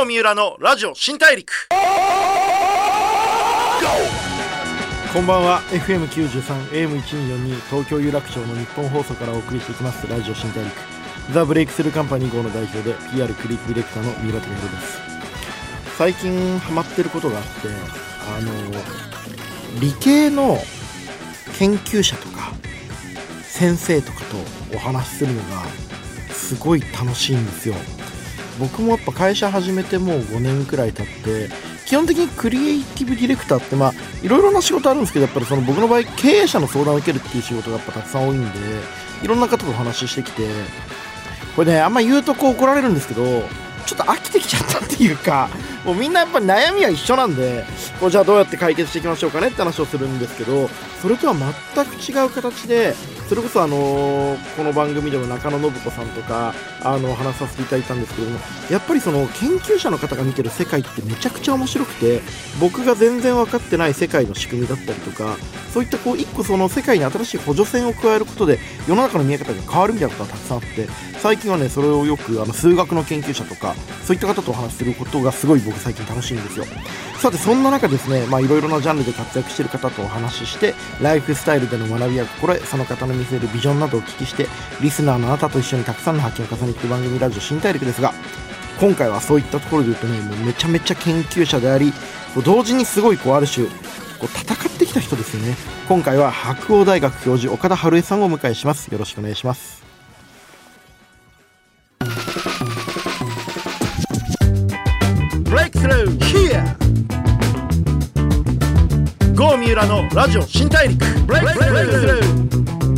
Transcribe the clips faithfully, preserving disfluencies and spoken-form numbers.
郷三浦のラジオ新大陸。こんばんは。 エフエムきゅうじゅうさん エーエムせんにひゃくよんじゅうに 東京有楽町の日本放送からお送りしていきますラジオ新大陸。ザ・ブレイクスルーカンパニー号の代表で ピーアール クリエイティブディレクターの三浦貴弘です。最近ハマってることがあって、あの理系の研究者とか先生とかとお話しするのがすごい楽しいんですよ。僕もやっぱ会社始めてもうごねんくらい経って、基本的にクリエイティブディレクターってまあいろいろな仕事あるんですけど、やっぱりその僕の場合経営者の相談を受けるっていう仕事がやっぱたくさん多いんで、いろんな方とお話ししてきて、これねあんま言うとこう怒られるんですけど、ちょっと飽きてきちゃったっていうか、もうみんなやっぱり悩みは一緒なんで、こうじゃあどうやって解決していきましょうかねって話をするんですけど、それとは全く違う形で、それこそあのー、この番組でも中野信子さんとかあの話させていただいたんですけども、やっぱりその研究者の方が見てる世界ってめちゃくちゃ面白くて、僕が全然分かってない世界の仕組みだったりとか、そういったこう一個その世界に新しい補助線を加えることで世の中の見え方が変わるみたいなことがたくさんあって、最近はねそれをよくあの数学の研究者とかそういった方とお話しすることがすごい僕最近楽しいんですよ。さてそんな中ですね、まあいろいろなジャンルで活躍している方とお話しして、ライフスタイルでの学びや心得、その方の見せるビジョンなどをお聞きして、リスナーのあなたと一緒にたくさんの発見を重ねていく番組ラジオ新大陸ですが、今回はそういったところで言うとね、もうめちゃめちゃ研究者であり、同時にすごいこうある種こう戦ってきた人ですよね。今回は白鴎大学教授岡田春江さんをお迎えします。よろしくお願いします。Breakthrough here 郷三浦のラジオ新大陸。 Breakthrough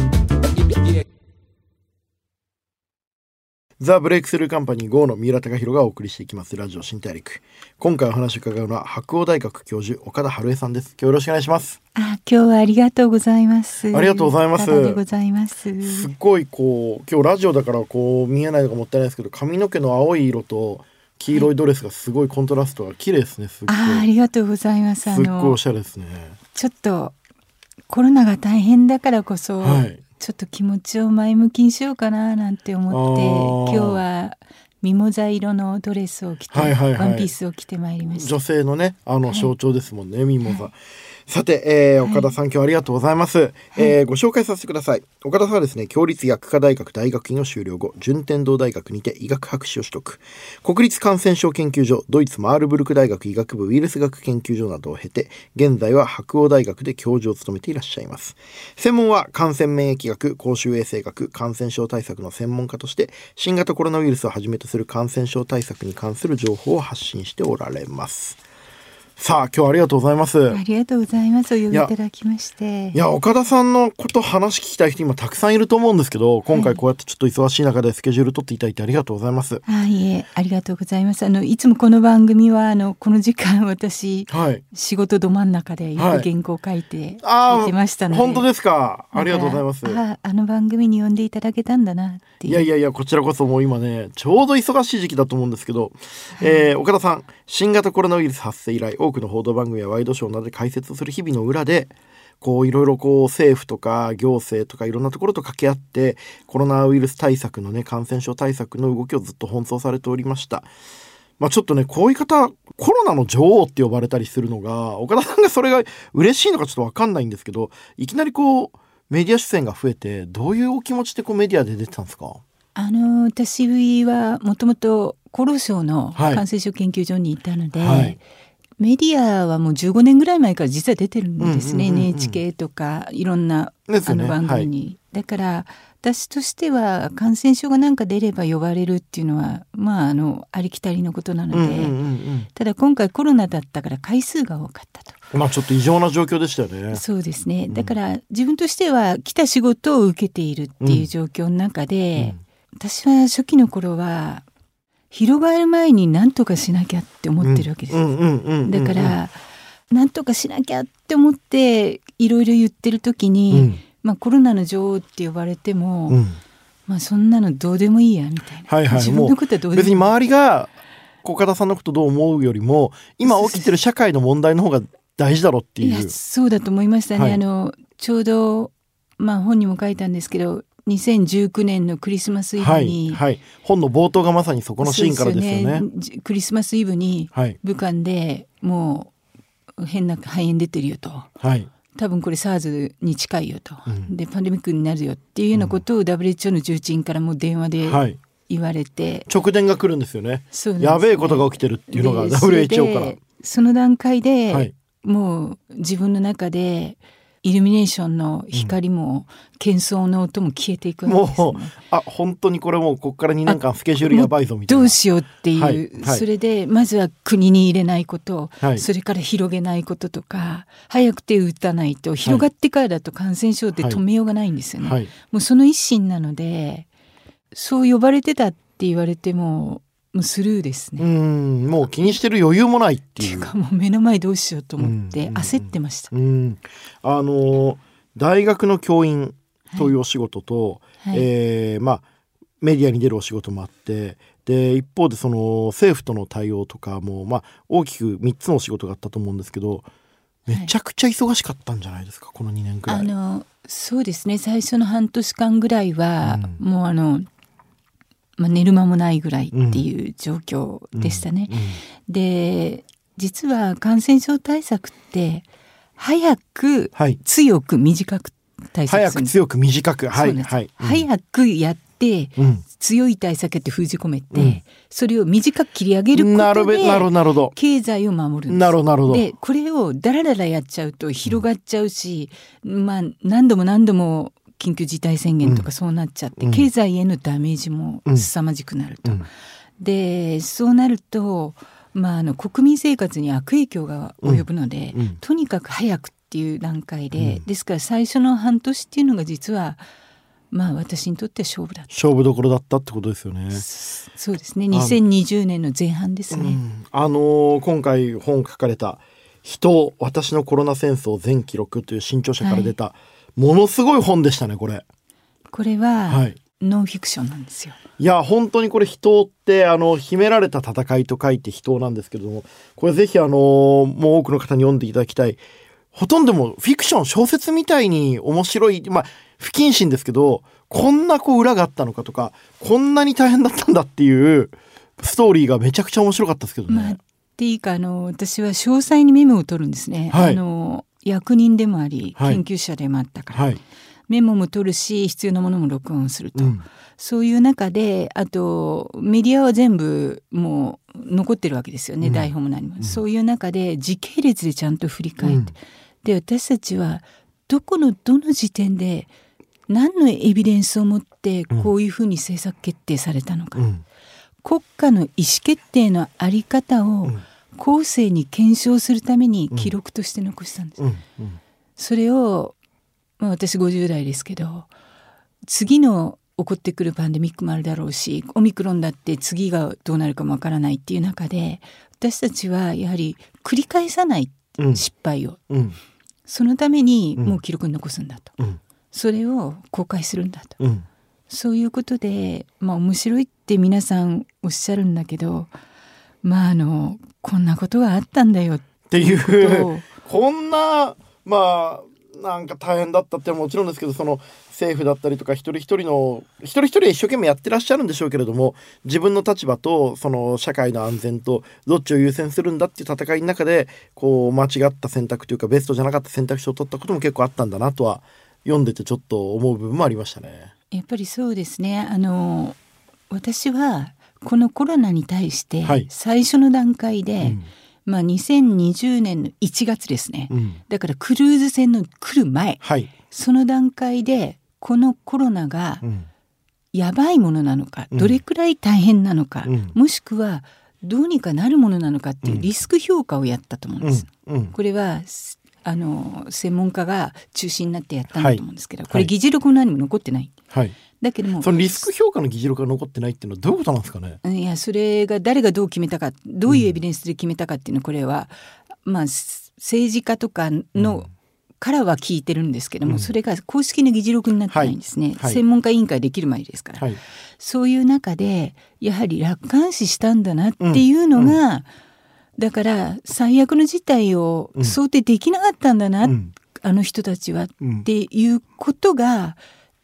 ザ・ブレイクスルーカンパニー号の三浦貴弘がお送りしていきますラジオ新大陸。今回お話を伺うのは白鴎大学教授岡田春江さんです。今日よろしくお願いします。 あ、今日はありがとうございます。 ありがとうございます。 でございます。 すごいこう今日ラジオだからこう見えないのがもったいないですけど、髪の毛の青い色と黄色いドレスがすごいコントラストが綺麗ですね。すっごいあ, ありがとうございます。 すっごいおしゃれですね。 ちょっとコロナが大変だからこそ、はい、ちょっと気持ちを前向きにしようかななんて思って、今日はミモザ色のドレスを着て、はいはいはい、ワンピースを着てまいりました。 女性のねあの象徴ですもんね、はい、ミモザ、はい。さて、えー、岡田さん、はい、今日はありがとうございます、はい。えー、ご紹介させてください。岡田さんはですね、共立薬科大学大学院を修了後、順天堂大学にて医学博士を取得、国立感染症研究所、ドイツマールブルク大学医学部ウイルス学研究所などを経て、現在は白鴎大学で教授を務めていらっしゃいます。専門は感染免疫学、公衆衛生学、感染症対策の専門家として、新型コロナウイルスをはじめとする感染症対策に関する情報を発信しておられます。さあ今日はありがとうございます。 ありがとうございます。お呼びいただきまして。 いや岡田さんのこと話聞きたい人今たくさんいると思うんですけど、今回こうやってちょっと忙しい中でスケジュール取っていただいてありがとうございます。 あ、いえ、ありがとうございます。あのいつもこの番組はあのこの時間私、はい、仕事ど真ん中でよく原稿書いて、はい、てましたので。 本当ですか。ありがとうございます。 あ、あの番組に呼んでいただけたんだなっていう。 いやいやいや、こちらこそもう今ねちょうど忙しい時期だと思うんですけど、はい、えー、岡田さん新型コロナウイルス発生以来多くの報道番組やワイドショーなどで解説をする日々の裏で、こういろいろこう政府とか行政とかいろんなところと掛け合ってコロナウイルス対策のね感染症対策の動きをずっと奔走されておりました。まあちょっとねこういう方コロナの女王って呼ばれたりするのが、岡田さんがそれが嬉しいのかちょっと分かんないんですけど、いきなりこうメディア出演が増えてどういうお気持ちでこうメディアで出てたんですか？ あの私はもともと厚労省の感染症研究所にいたので、はいはい、メディアはもうじゅうごねんぐらい前から実は出てるんですね、うんうんうんうん、エヌエイチケー とかいろんな、ね、あの番組に、はい、だから私としては感染症がなんか出れば呼ばれるっていうのはまああのありきたりのことなので、うんうんうんうん、ただ今回コロナだったから回数が多かったと。 まあちょっと異常な状況でしたよね。 そうですね、だから自分としては来た仕事を受けているっていう状況の中で、うんうん、私は初期の頃は広がる前に何とかしなきゃって思ってるわけです。だから何とかしなきゃって思っていろいろ言ってる時に、うん、まあ、コロナの女王って呼ばれても、うん、まあ、そんなのどうでもいいやみたいな、はいはい、自分のことはどうでもいい、 別に周りが岡田さんのことどう思うよりも今起きてる社会の問題の方が大事だろっていう。 いやそうだと思いましたね、はい、あのちょうど、まあ、本にも書いたんですけどにせんじゅうきゅうねんのクリスマスイブに、 はいはい、本の冒頭がまさにそこのシーンからですよね。そうですよね。 クリスマスイブに武漢でもう変な肺炎出てるよと、はい、多分これ SARS に近いよと、うん、でパンデミックになるよっていうようなことを ダブリューエイチオー の重鎮からも電話で言われて、はい、 直電が来るんですよね。やべえことが起きてるっていうのが ダブリューエイチオー から。 その段階で、はい、もう自分の中でイルミネーションの光も喧騒の音も消えていくわけですね。もうあ本当にこれもうここからにねんかんスケジュールやばいぞみたいな、 どうしようっていう、はいはい、それでまずは国に入れないこと、はい、それから広げないこととか、早く手を打たないと広がってからだと感染症って止めようがないんですよね、はいはい、もうその一心なので、そう呼ばれてたって言われてももうスルーですね。 うんもう気にしてる余裕もないっていう。 っていうかもう目の前どうしようと思って焦ってました。 うんうんあの大学の教員というお仕事と、はいえーまあ、メディアに出るお仕事もあって、で一方でその政府との対応とかも、まあ、大きくみっつのお仕事があったと思うんですけど、めちゃくちゃ忙しかったんじゃないですか、はい、このにねんくらい。 あのそうですね、最初の半年間ぐらいは、うん、もうあのまあ、寝る間もないぐらいっていう状況でしたね、うんうんうん、で実は感染症対策って早く、はい、強く短く対策する。 早く強く短く、はいはい、 早くやって、うん、強い対策って封じ込めて、うん、それを短く切り上げることで経済を守るんです。 なるほどなるほど。 でこれをだらだらやっちゃうと広がっちゃうし、うん、まあ何度も何度も緊急事態宣言とかそうなっちゃって、うん、経済へのダメージも凄まじくなると、うん、でそうなると、まあ、あの国民生活に悪影響が及ぶので、うんうん、とにかく早くっていう段階で、うん、ですから最初の半年っていうのが実はまあ私にとっては勝負だった勝負どころだったってことですよね。 そうですね、にせんにじゅうねんの前半ですね。 あ、うん、あのー、今回本書かれた人私のコロナ戦争全記録という新潮社から出た、はい、ものすごい本でしたね。これこれは、はい、ノンフィクションなんですよ。 いや本当にこれ人ってあの秘められた戦いと書いて人なんですけれども、これぜひあのもう多くの方に読んでいただきたい。ほとんどもフィクション小説みたいに面白い、まあ不謹慎ですけど、こんなこう裏があったのかとか、こんなに大変だったんだっていうストーリーがめちゃくちゃ面白かったですけどね。まあ、 っていうかあの私は詳細にメモを取るんですね、はい、あの役人でもあり研究者でもあったから、はいはい、メモも取るし必要なものも録音すると、うん、そういう中であとメディアは全部もう残ってるわけですよね、うん、台本も何も、うん、そういう中で時系列でちゃんと振り返って、うん、で私たちはどこのどの時点で何のエビデンスを持ってこういうふうに政策決定されたのか、うん、国家の意思決定のあり方を後世に検証するために記録として残したんです、うんうん、それを、まあ、私ごじゅう代ですけど、次の起こってくるパンデミックもあるだろうし、オミクロンだって次がどうなるかもわからないっていう中で、私たちはやはり繰り返さない失敗を、うん、そのためにもう記録に残すんだと、うん、それを公開するんだと、うん、そういうことで、まあ、面白いって皆さんおっしゃるんだけど、まああのこんなことがあったんだよっていうこんなまあなんか大変だったってのはもちろんですけど、その政府だったりとか一人一人の一人一人一生懸命やってらっしゃるんでしょうけれども、自分の立場とその社会の安全とどっちを優先するんだっていう戦いの中でこう間違った選択というかベストじゃなかった選択肢を取ったことも結構あったんだなとは読んでてちょっと思う部分もありましたね。 やっぱりそうですね。あの私はこのコロナに対して最初の段階で、はいうんまあ、にせんにじゅうねんのいちがつですね、うん、だからクルーズ船の来る前、はい、その段階でこのコロナがやばいものなのか、うん、どれくらい大変なのか、うん、もしくはどうにかなるものなのかっていうリスク評価をやったと思うんです、うんうん、これはあの専門家が中心になってやったんだと思うんですけど、はい、これ議事録も何も残ってない、はい、だけどもそのリスク評価の議事録が残ってないっていうのはどういうことなんですかね。 いやそれが誰がどう決めたか、どういうエビデンスで決めたかっていうのはこれは、うんまあ、政治家とかのからは聞いてるんですけども、うん、それが公式の議事録になってないんですね、はいはい、専門家委員会できる前ですから、はい、そういう中でやはり楽観視したんだなっていうのが、うんうんだから最悪の事態を想定できなかったんだな、うん、あの人たちは、うん、っていうことが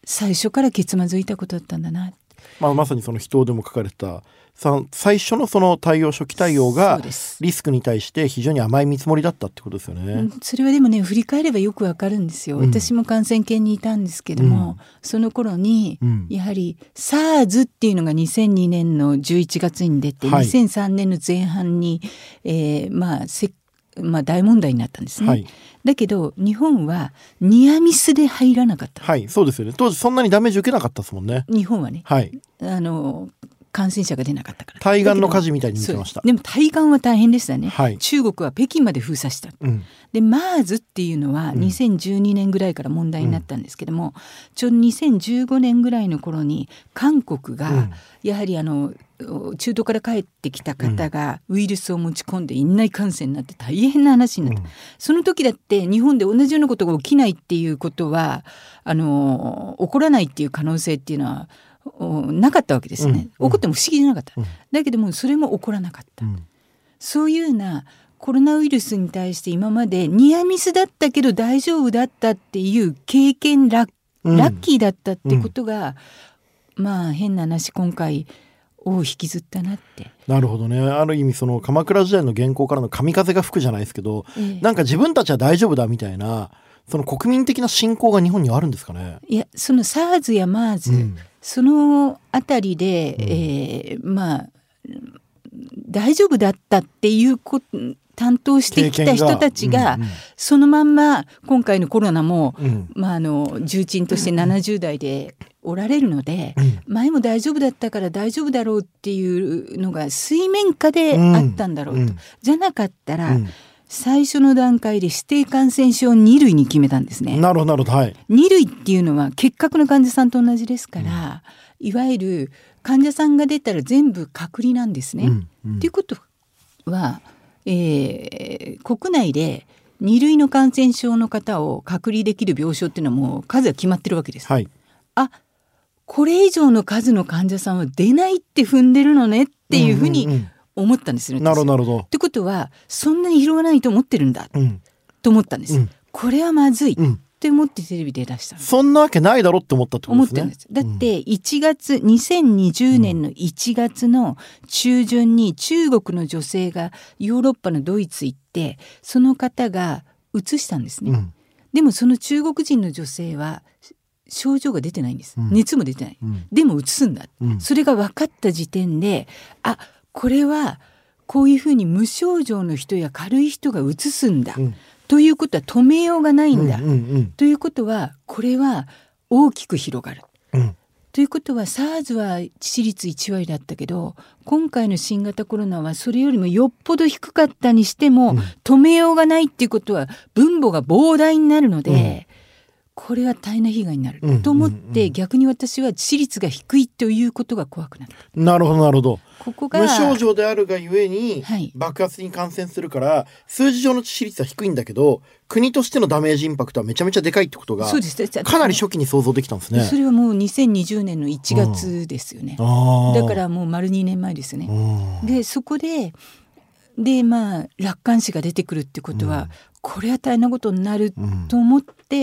最初からけつまずいたことだったんだな。 まあ、まさにその人でも書かれた最初のその対応初期対応がリスクに対して非常に甘い見積もりだったってことですよね。 うん、それはでもね振り返ればよくわかるんですよ、うん、私も感染研にいたんですけども、うん、その頃にやはり SARS っていうのがにせんにねんのじゅういちがつに出て、はい、にせんさんねんの前半に、えー、まあせまあ、大問題になったんですね、はい、だけど日本はニアミスで入らなかった。 はい、そうですよね。当時そんなにダメージ受けなかったですもんね。 日本はね、 はい、 あの感染者が出なかったから。 対岸の火事みたいに見てました。 でも対岸は大変でしたね、 はい、 中国は北京まで封鎖した、うん、で MERS っていうのはにせんじゅうにねんぐらいから問題になったんですけども、うん、ちょうどにせんじゅうごねんぐらいの頃に韓国がやはりあの中東から帰ってきた方がウイルスを持ち込んで院内感染になって大変な話になった、うん、その時だって日本で同じようなことが起きないっていうことはあの起こらないっていう可能性っていうのはなかったわけですね、うん、起こっても不思議じゃなかった、うん、だけどもそれも起こらなかった、うん、そういうようなコロナウイルスに対して今までニアミスだったけど大丈夫だったっていう経験 ラ, ラッキーだったってことが、うん、まあ変な話今回を引きずったなって。 なるほどね。ある意味その鎌倉時代の原稿からの神風が吹くじゃないですけど、ええ、なんか自分たちは大丈夫だみたいなその国民的な信仰が日本にはあるんですかね。 いやその SARS や MERS、うん、そのあたりで、うんえー、まあ大丈夫だったっていうこと担当してきた人たちが、うんうん、そのまんま今回のコロナも、うんまあ、あの重鎮としてななじゅう代でおられるので、うん、前も大丈夫だったから大丈夫だろうっていうのが水面下であったんだろうと、うん、じゃなかったら、うん、最初の段階で指定感染症に類に決めたんですね。 なるほどなるほど、はい、 に類っていうのは結核の患者さんと同じですから、うん、いわゆる患者さんが出たら全部隔離なんですね。うんうん、っていうことはえー、国内でに類の感染症の方を隔離できる病床っていうのはもう数が決まってるわけです、はい、あこれ以上の数の患者さんは出ないって踏んでるのねっていうふうに思ったんですよ、 うんうんうん、なるほどなるほど。 ってことはそんなに広がらないと思ってるんだ、うん、と思ったんです、うん、これはまずい、うんって思ってテレビで出したの。 そんなわけないだろって思ったってことですね。 思ってるんです。だっていちがつ、うん、にせんにじゅうねんのいちがつの中旬に中国の女性がヨーロッパのドイツ行ってその方が移したんですね、うん、でもその中国人の女性は症状が出てないんです、うん、熱も出てない、うん、でも移すんだ、うん、それが分かった時点であこれはこういうふうに無症状の人や軽い人が移すんだ、うんということは止めようがないんだ、うんうんうん、ということはこれは大きく広がる、うん、ということは SARS は致死率いち割だったけど今回の新型コロナはそれよりもよっぽど低かったにしても、うん、止めようがないっていうことは分母が膨大になるので、うん、これは大変な被害になる、うんうんうん、と思って逆に私は致死率が低いということが怖くなった。 なるほどなるほど。 ここが無症状であるがゆえに爆発に感染するから、はい、数字上の致死率は低いんだけど国としてのダメージインパクトはめちゃめちゃでかいってことがそうですかなり初期に想像できたんですね。 それはもうにせんにじゅうねんのいちがつですよね、うん、だからもう丸にねんまえですよね、うん、でそこででまあ楽観視が出てくるってことは、うん、これは大変なことになると思って、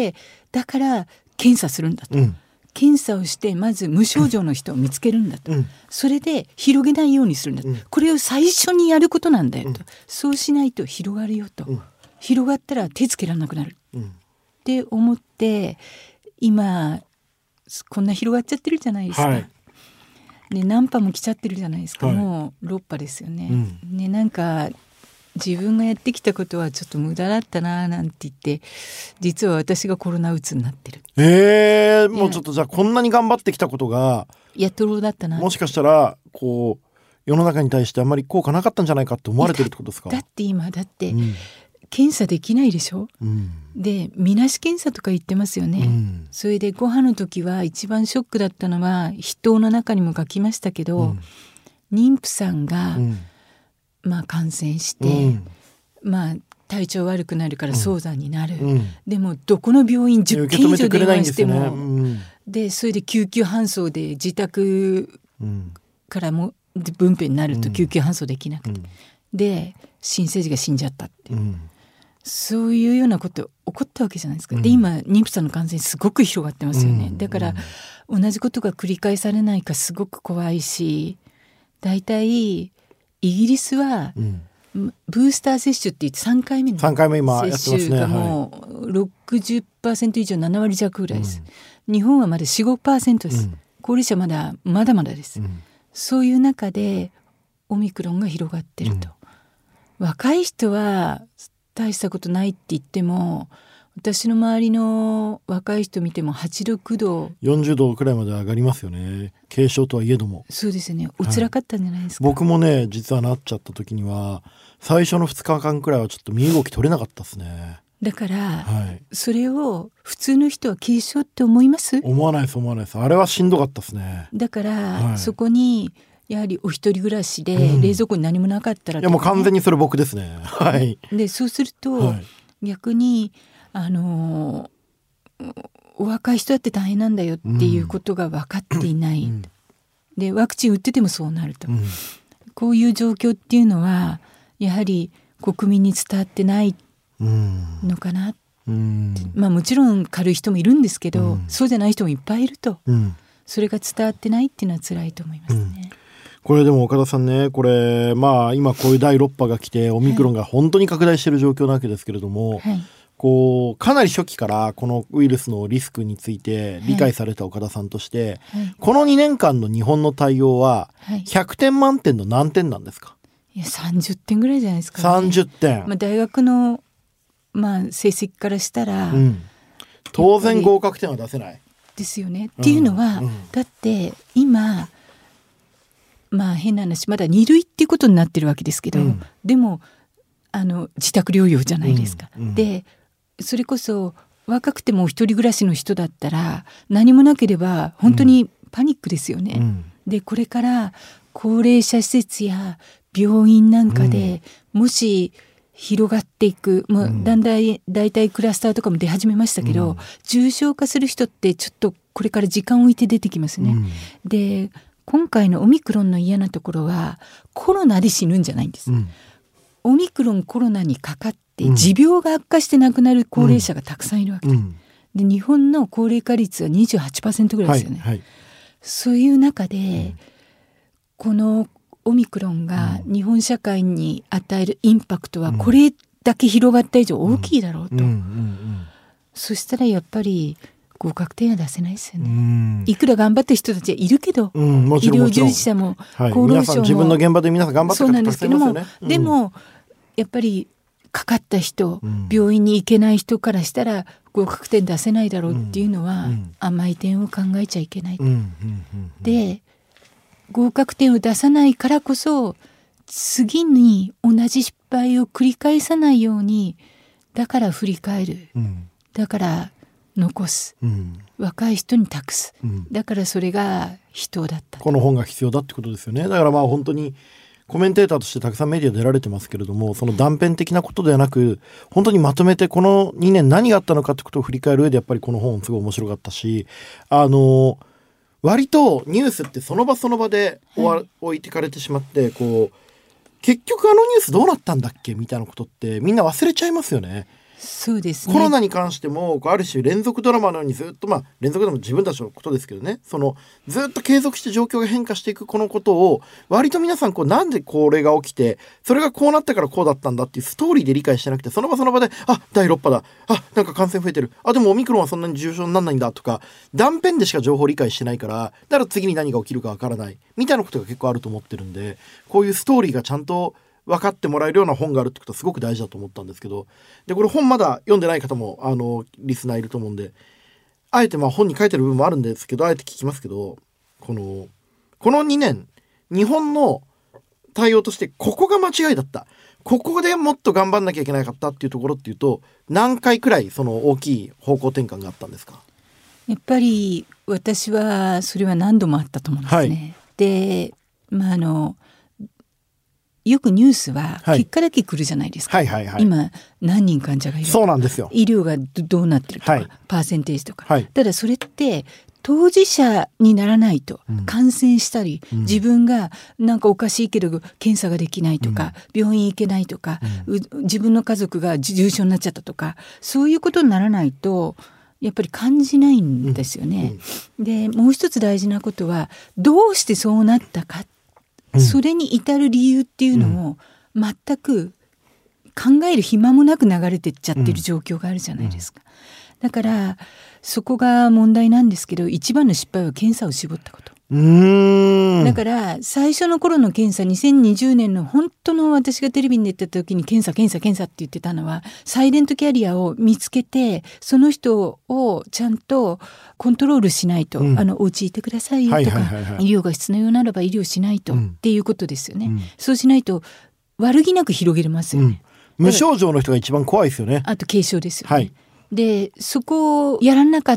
うん、だから検査するんだと、うん検査をしてまず無症状の人を見つけるんだと、うん、それで広げないようにするんだと、うん、これを最初にやることなんだよと、うん、そうしないと広がるよと、うん、広がったら手つけられなくなる、うん、って思って今こんな広がっちゃってるじゃないですか、はい、で何波も来ちゃってるじゃないですか、はい、もうろっ波ですよね、うん、ねなんか自分がやってきたことはちょっと無駄だったななんて言って実は私がコロナうつになってる。 えー、もうちょっとじゃあこんなに頑張ってきたことがやっとろうだったな。 もしかしたらこう世の中に対してあんまり効果なかったんじゃないかって思われてるってことですか。 だって今だって、うん、検査できないでしょ、うん、でみなし検査とか言ってますよね、うん、それでご飯の時は一番ショックだったのは筆頭の中にも書きましたけど、うん、妊婦さんが、うんまあ、感染して、うんまあ、体調悪くなるから早産になる、うん、でもどこの病院じゅっけん以上電話しても、ねうん、でそれで救急搬送で自宅からも分娩になると救急搬送できなくて、うん、で新生児が死んじゃったって、うん、 そういうようなこと起こったわけじゃないですか。で今妊婦さんの感染すごく広がってますよね、うん、だから同じことが繰り返されないかすごく怖いし、だいたいイギリスは、うんブースター接種って言ってさんかいめの接種がもう ろくじゅっパーセント 以上ななわり弱ぐらいです、うん、日本はまだ よん、ごパーセント です、うん、高齢者まだまだまだです、うん、そういう中でオミクロンが広がってると、うん、若い人は大したことないって言っても私の周りの若い人見てもはちどくどよんじゅうどくらいまで上がりますよね、軽症とはいえども。 そうですね、お辛かったんじゃないですか、 はい、僕もね実はなっちゃった時には最初のふつかかんくらいはちょっと身動き取れなかったですね。 だから、はい、それを普通の人は軽症って思います？ 思わないです思わないです。あれはしんどかったですね。 だから、はい、そこにやはりお一人暮らしで冷蔵庫に何もなかったら、 うん、いやもう完全にそれ僕ですね。はい。 でそうすると、はい、逆にあのお若い人だって大変なんだよっていうことが分かっていない、うん、でワクチン打っててもそうなると、うん、こういう状況っていうのはやはり国民に伝わってないのかな、うん、まあもちろん軽い人もいるんですけど、うん、そうじゃない人もいっぱいいると、うん、それが伝わってないっていうのは辛いと思いますね、うん、 これでも岡田さんね、これまあ今こういうだいろっぱが来てオミクロンが本当に拡大している状況なわけですけれども、はい、こうかなり初期からこのウイルスのリスクについて理解された岡田さんとして、はいはい、このにねんかんの日本の対応はひゃくてん満点の何点なんですか？ いやさんじゅってんぐらいじゃないですかね。 さんじゅってん、 まあ、大学の、まあ、成績からしたら、うん、 当然合格点は出せないですよね、うん、っていうのは、うん、だって今まあ変な話まだに類っていうことになってるわけですけど、うん、でもあの自宅療養じゃないですか、うんうん、でそれこそ若くても一人暮らしの人だったら何もなければ本当にパニックですよね、うん、でこれから高齢者施設や病院なんかで、うん、もし広がっていく、もうだんだんだいたいクラスターとかも出始めましたけど、うん、重症化する人ってちょっとこれから時間を置いて出てきますね、うん、で今回のオミクロンの嫌なところはコロナで死ぬんじゃないんです、うん、オミクロンコロナにかかって持病が悪化して亡くなる高齢者がたくさんいるわけです、うん、で日本の高齢化率は にじゅうはちパーセント ぐらいですよね、はいはい、そういう中で、うん、このオミクロンが日本社会に与えるインパクトはこれだけ広がった以上大きいだろうと、うんうんうんうん、そしたらやっぱり合格点は出せないですよね、うん、いくら頑張ってる人たちはいるけど、うん、もちろん医療従事者も厚労省も、はい、皆さん自分の現場で皆さん頑張ってる方たくさんいますよね。 そうなんですけども、うん、でもやっぱりかかった人、うん、病院に行けない人からしたら合格点出せないだろうっていうのは、うん、甘い点を考えちゃいけない、うんうんうんうん、で合格点を出さないからこそ次に同じ失敗を繰り返さないように、だから振り返る、うん、だから残す、うん、若い人に託す、うん、だからそれが人だった。 この本が必要だってことですよね。だからまあ本当にコメンテーターとしてたくさんメディア出られてますけれども、その断片的なことではなく本当にまとめてこのにねん何があったのかってことを振り返る上でやっぱりこの本すごい面白かったし、あの割とニュースってその場その場で終わ、はい、置いてかれてしまって、こう結局あのニュースどうなったんだっけみたいなことってみんな忘れちゃいますよね。 そうですね。 コロナに関してもある種連続ドラマのようにずっと、まあ連続でも自分たちのことですけどね、そのずっと継続して状況が変化していくこのことを割と皆さんこうなんでこれが起きてそれがこうなったからこうだったんだっていうストーリーで理解してなくて、その場その場であだいろっぱだ、あなんか感染増えてる、あでもオミクロンはそんなに重症にならないんだとか断片でしか情報を理解してないから、だから次に何が起きるかわからないみたいなことが結構あると思ってるんで、こういうストーリーがちゃんと分かってもらえるような本があるってことはすごく大事だと思ったんですけど、でこれ本まだ読んでない方もあのリスナーいると思うんで、あえてまあ本に書いてる部分もあるんですけどあえて聞きますけど、このこのにねん日本の対応としてここが間違いだった、ここでもっと頑張んなきゃいけなかったっていうところっていうと何回くらいその大きい方向転換があったんですか？ やっぱり私はそれは何度もあったと思うんですね、はい、でまああのよくニュースは結果だけ来るじゃないですか、はいはいはいはい、今何人患者がいるとか、 そうなんですよ、 医療がどうなってるとか、はい、パーセンテージとか、はい、ただそれって当事者にならないと、 うん、 感染したり、 うん、 自分がなんかおかしいけど検査ができないとか、うん、病院行けないとか、うん、自分の家族が重症になっちゃったとか、そういうことにならないとやっぱり感じないんですよね、うん、でもう一つ大事なことはどうしてそうなったか、うん、それに至る理由っていうのを全く考える暇もなく流れてっちゃってる状況があるじゃないですか、うん、だからそこが問題なんですけど、一番の失敗は検査を絞ったこと。 うーんだから最初の頃の検査、にせんにじゅうねんの本当の私がテレビに出た時に検査検査検査って言ってたのは、サイレントキャリアを見つけてその人をちゃんとコントロールしないと、うん、あのお家いてくださいよとか、はいはいはいはい、医療が必要ならば医療しないと、うん、っていうことですよね、うん、そうしないと悪気なく広げますよね、 うん、無症状の人が一番怖いですよね。 あと軽症ですよね、 はい、 でそこをやらなかった、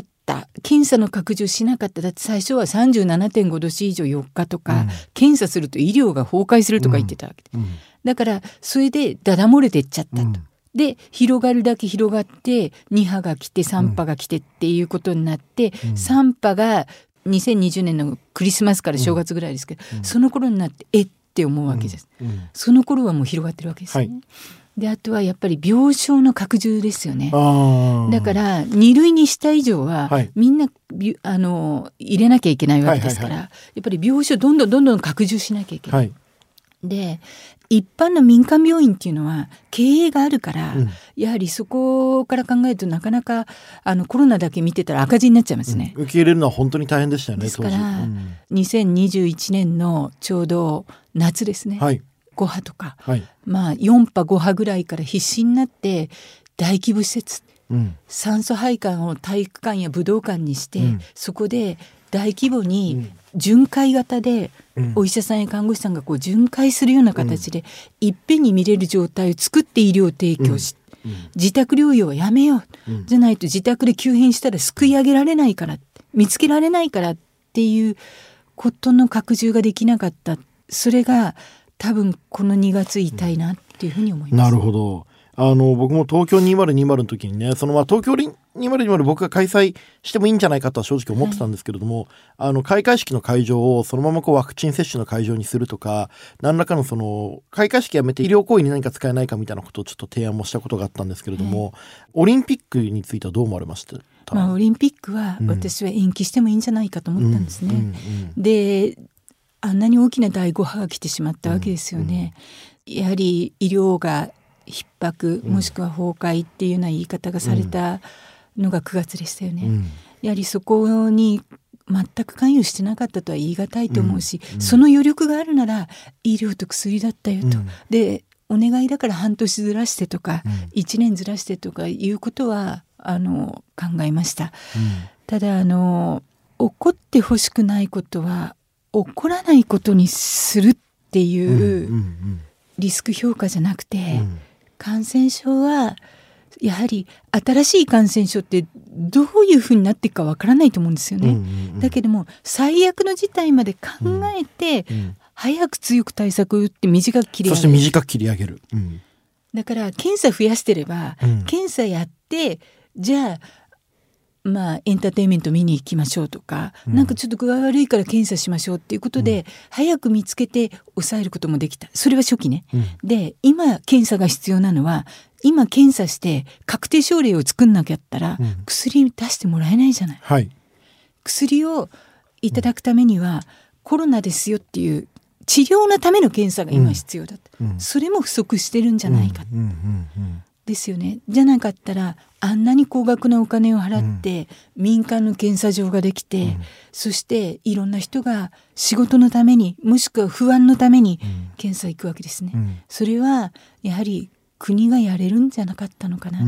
検査の拡充しなかった。だって最初は さんじゅうななてんご 度 C 以上よっかとか、うん、検査すると医療が崩壊するとか言ってたわけで、うんうん、だからそれでダダ漏れてっちゃったと、うん、で広がるだけ広がってに波が来てさん波が来てっていうことになって、うん、さん波がにせんにじゅうねんのクリスマスから正月ぐらいですけど、うん、その頃になってえって思うわけです、うんうん、その頃はもう広がってるわけですよね、はい。であとはやっぱり病床の拡充ですよね。だからに類にした以上は、はい、みんなあの入れなきゃいけないわけですから、はいはいはい、やっぱり病床どんどんどんどん拡充しなきゃいけない、はい、で一般の民間病院っていうのは経営があるから、うん、やはりそこから考えるとなかなかあのコロナだけ見てたら赤字になっちゃいますね、 うん、受け入れるのは本当に大変でしたよね。 ですから、うん、にせんにじゅういちねんのちょうど夏ですね、はい、ご波とか、はい、まあよん波ご波ぐらいから必死になって大規模施設、うん、酸素配管を体育館や武道館にして、うん、そこで大規模に巡回型で、うん、お医者さんや看護師さんがこう巡回するような形で、うん、いっぺんに見れる状態を作って医療提供し、うんうん、自宅療養はやめよう、うん、じゃないと自宅で急変したら救い上げられないから、見つけられないからっていうことの拡充ができなかった。それが多分このにがつ痛いなっていうふうに思います。 なるほど。あの僕も東京にせんにじゅうの時にね、そのまあ東京にせんにじゅう僕が開催してもいいんじゃないかとは正直思ってたんですけれども、はい、あの開会式の会場をそのままこうワクチン接種の会場にするとか、何らかのその開会式やめて医療行為に何か使えないかみたいなことをちょっと提案もしたことがあったんですけれども、はい、オリンピックについてはどう思われました？ まあ、オリンピックは私は延期してもいいんじゃないかと思ったんですね、うんうんうん、であんなに大きなだいご波が来てしまったわけですよね、うんうん、やはり医療が逼迫もしくは崩壊っていうような言い方がされたのがくがつでしたよね、うん、やはりそこに全く関与してなかったとは言い難いと思うし、うんうん、その余力があるなら医療と薬だったよと、うん、でお願いだから半年ずらしてとか、うん、いちねんずらしてとかいうことはあの考えました、うん、ただあの起こってほしくないことは起こらないことにするっていうリスク評価じゃなくて、うんうんうん、感染症はやはり新しい感染症ってどういうふうになっていくかわからないと思うんですよね、うんうんうん、だけども最悪の事態まで考えて、うんうん、早く強く対策を打って短く切り上げる、 そして短く切り上げる、うん、 だから検査増やしてれば、うん、検査やってじゃあまあ、エンターテインメント見に行きましょうとか、うん、なんかちょっと具合悪いから検査しましょうっていうことで、うん、早く見つけて抑えることもできた。それは初期ね、うん、で今検査が必要なのは今検査して確定症例を作んなきゃったら、うん、薬出してもらえないじゃない、はい、薬をいただくためには、うん、コロナですよっていう治療のための検査が今必要だと、うん、それも不足してるんじゃないか、うんうんうんうんですよね。じゃなかったらあんなに高額なお金を払って、うん、民間の検査場ができて、うん、そしていろんな人が仕事のためにもしくは不安のために検査行くわけですね、うん、それはやはり国がやれるんじゃなかったのかな、うん、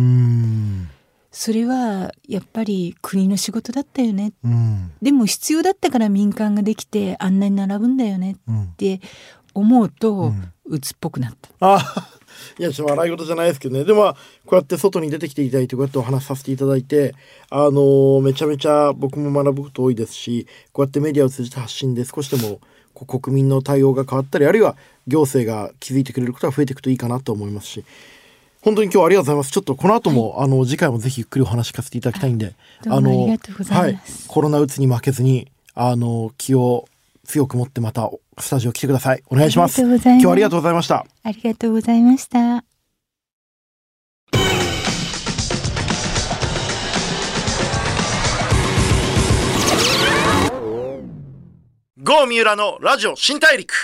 それはやっぱり国の仕事だったよね、うん、でも必要だったから民間ができてあんなに並ぶんだよねって思うと、うん、鬱っぽくなった。 あいやちょっと笑い事じゃないですけどね。でもこうやって外に出てきていただいてこうやってお話しさせていただいて、あのー、めちゃめちゃ僕も学ぶこと多いですし、こうやってメディアを通じて発信で少しでもこう国民の対応が変わったり、あるいは行政が気づいてくれることが増えていくといいかなと思いますし、 本当に今日はありがとうございます。ちょっとこの後も、はい、あの次回もぜひゆっくりお話聞かせていただきたいんで、 どうもありがとうございます。はい、 コロナうつに負けずにあの気を強く持ってまたスタジオ来てください。お願いします。今日はありがとうございました。 ありがとうございました。 郷三浦のラジオ新大陸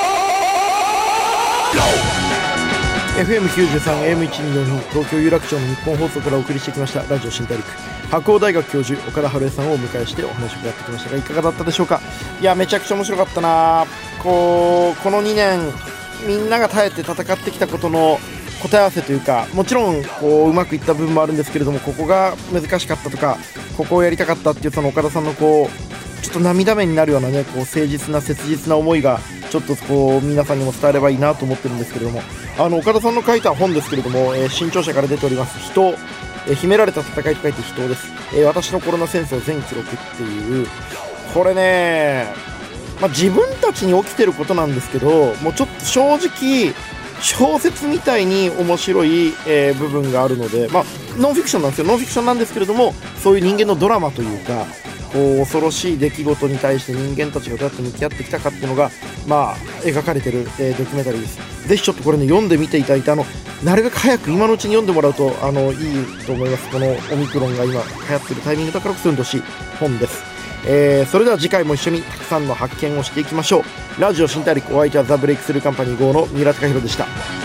エフエムきゅうじゅうさん エーエムせんひゃくにじゅうに 東京有楽町の日本放送からお送りしてきましたラジオ新大陸、白鴎大学教授岡田春江さんをお迎えしてお話を伺ってきましたが、いかがだったでしょうか。いやめちゃくちゃ面白かったな。こうこのにねんみんなが耐えて戦ってきたことの答え合わせというか、もちろんこううまくいった部分もあるんですけれども、ここが難しかったとかここをやりたかったっていうその岡田さんのこうちょっと涙目になるようなね、こう誠実な切実な思いがちょっとこう皆さんにも伝えればいいなと思ってるんですけれども、あの岡田さんの書いた本ですけれども、えー、新潮社から出ております人、えー、秘められた戦いと書いて人です、えー、私のコロナ戦争全記録っていう、これね、まあ、自分たちに起きてることなんですけど、もうちょっと正直小説みたいに面白い、えー、部分があるので、まあノンフィクションなんですよ。ノンフィクションなんですけれども、そういう人間のドラマというか、こう恐ろしい出来事に対して人間たちがどうやって向き合ってきたかっていうのが、まあ、描かれてる、えー、ドキュメンタリーです。ぜひちょっとこれね読んでみていただいて、あのなるべく早く今のうちに読んでもらうとあのいいと思います。このオミクロンが今流行ってるタイミングだからこそ読んでほしい本です。えー、それでは次回も一緒にたくさんの発見をしていきましょう。ラジオ新大陸、お相手はザ・ブレイクスルーカンパニー号の三浦貴大でした。